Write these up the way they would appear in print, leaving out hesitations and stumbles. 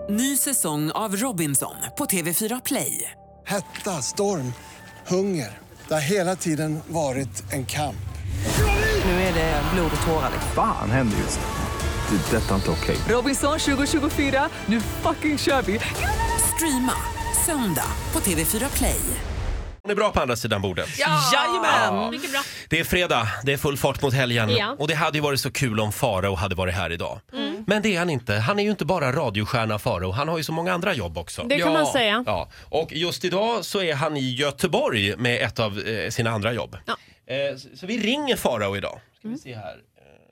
Ny säsong av Robinson på TV4 Play. Hetta, storm, hunger. Det har hela tiden varit en kamp. Nu är det blod och tårar. Fan händer just nu. Det. Detta är inte okej. Robinson 2024, nu fucking kör vi. Streama söndag på TV4 Play. Hon är bra på andra sidan bordet. Jajamän! Mycket bra. Det är fredag, det är full fart mot helgen. Ja. Och det hade ju varit så kul om Farao hade varit här idag. Men det är han inte. Han är ju inte bara radiostjärna Farao. Han har ju så många andra jobb också. Det kan man säga. Ja. Och just idag så är han i Göteborg med ett av sina andra jobb. Ja. Så vi ringer Farao idag. Ska vi se här.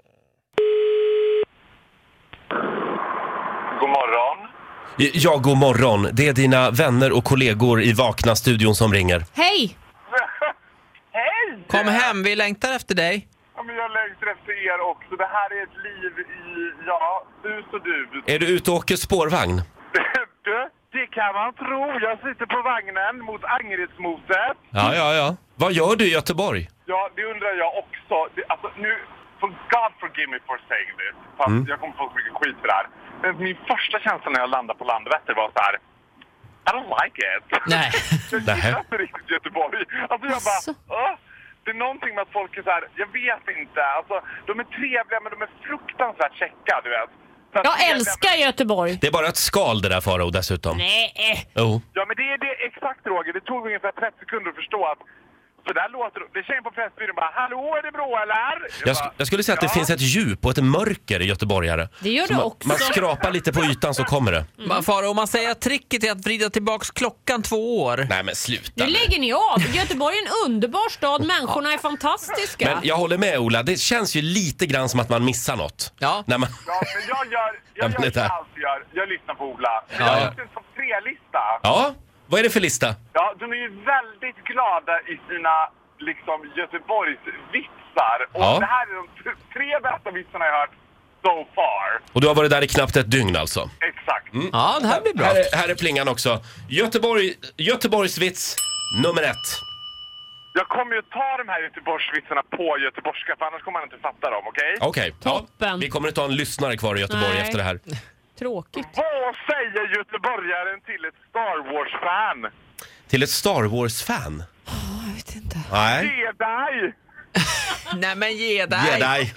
God morgon. Ja, god morgon. Det är dina vänner och kollegor i Vakna-studion som ringer. Hej! Hej! Kom hem, vi längtar efter dig. Ja, men jag längtar efter er också. Det här är ett liv i, sus och dus. Är du ute och åker spårvagn? Du, det kan man tro. Jag sitter på vagnen mot Angeredsmoset. Ja. Vad gör du i Göteborg? Ja, det undrar jag också. Alltså, nu, God forgive me for saying this. Fast jag kommer få så mycket skit för det här. Men min första känsla när jag landade på Landvetter var så här: I don't like it. Nej. Jag gillar inte riktigt Göteborg. Alltså jag bara, det är någonting med att folk är så här, jag vet inte. Alltså, de är trevliga men de är fruktansvärt checka, du vet. Så Jag älskar Göteborg. Det är bara ett skal det där, Farao, dessutom. Nej. Jo. Ja, men det är det exakt, Roger. Det tog ungefär 30 sekunder att förstå att så där låter det. Tjejen på Pressbyrån bara, hallå, är det bra eller? Jag skulle säga att det finns ett djup och ett mörker i göteborgare. Det gör Så det också. Man skrapar lite på ytan så kommer det. Farao, om man säger att tricket är att vrida tillbaks klockan 2 år. Nej, men sluta. Nu lägger ni av. Göteborg är en underbar stad. Människorna är fantastiska. Men jag håller med, Ola. Det känns ju lite grann som att man missar något. Ja. När man... Ja, men jag gör som jag alltid gör. Jag lyssnar på Ola. Jag har gjort en topp 3-lista. Ja, vad är det för lista? Ja, de är ju väldigt glada i sina liksom Göteborgs vitsar. Och Ja. det här är de 3 bästa vitsarna jag har hört so far. Och du har varit där i knappt ett dygn alltså. Exakt. Ja, det här blir bra. Här är plingan också. Göteborgs vits nummer 1. Jag kommer ju ta de här Göteborgsvitsarna på göteborgska, för annars kommer man inte fatta dem, okej? Okej. Toppen. Ja, vi kommer inte ha en lyssnare kvar i Göteborg Nej. efter det här. Tråkigt. Vad säger göteborgaren till ett Star Wars-fan? Till ett Star Wars-fan? Jag vet inte. Nej. Ge dig! Nej, men ge dig. Ge dig.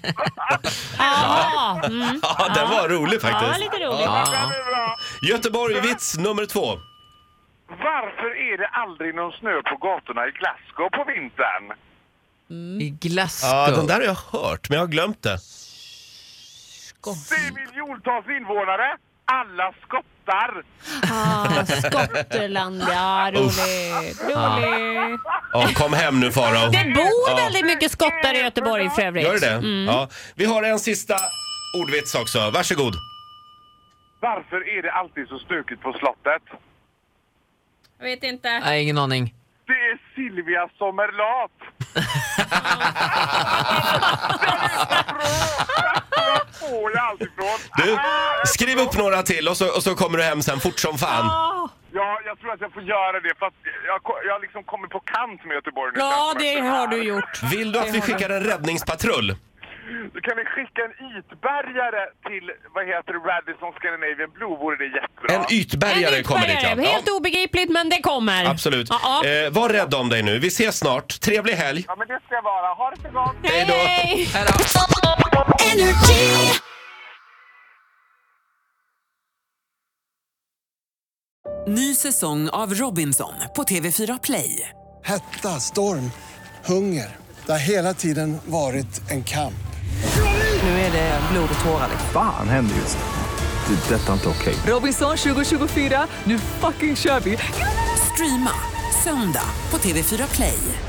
Ja, Ja, den var rolig ja, faktiskt. lite roligt. Ja. Den är bra. Göteborg-vits nummer 2. Varför är det aldrig någon snö på gatorna i Glasgow på vintern? I Glasgow. Ja, den där har jag hört, men jag har glömt det. Det är miljontals invånare. Alla skottar. Skottland, ja, roligt. Ja, kom hem nu, Farao. Det bor väldigt mycket skottar i Göteborg för övrigt. Gör det? Ja. Vi har en sista ordvits också. Varsågod. Varför är det alltid så stökigt på slottet? Jag vet inte. Nej, ingen aning. Det är Silvia som är lat. Får jag alltid från. Du, skriv upp några till och så kommer du hem sen fort som fan. Ja, jag tror att jag får göra det, för att jag har liksom kommit på kant med Göteborg nu. Ja, det har du gjort. Vill du att vi skickar en räddningspatrull? Då kan vi skicka en ytbärgare till, vad heter det, Radisson Scandinavian Blue, vore det jättebra. En ytbärgare kommer dit, ja. Helt obegripligt, men det kommer. Absolut. Ja. Var rädd om dig nu. Vi ses snart. Trevlig helg. Ja, men det ska jag vara. Ha det så gott. Hej då. Här då. Ny säsong av Robinson på TV4 Play. Hetta, storm, hunger. Det har hela tiden varit en kamp. Nu är det blod och tårar. Fan händer just nu. Det. Detta är inte okej. Robinson 2024, nu fucking kör vi. Streama söndag på TV4 Play.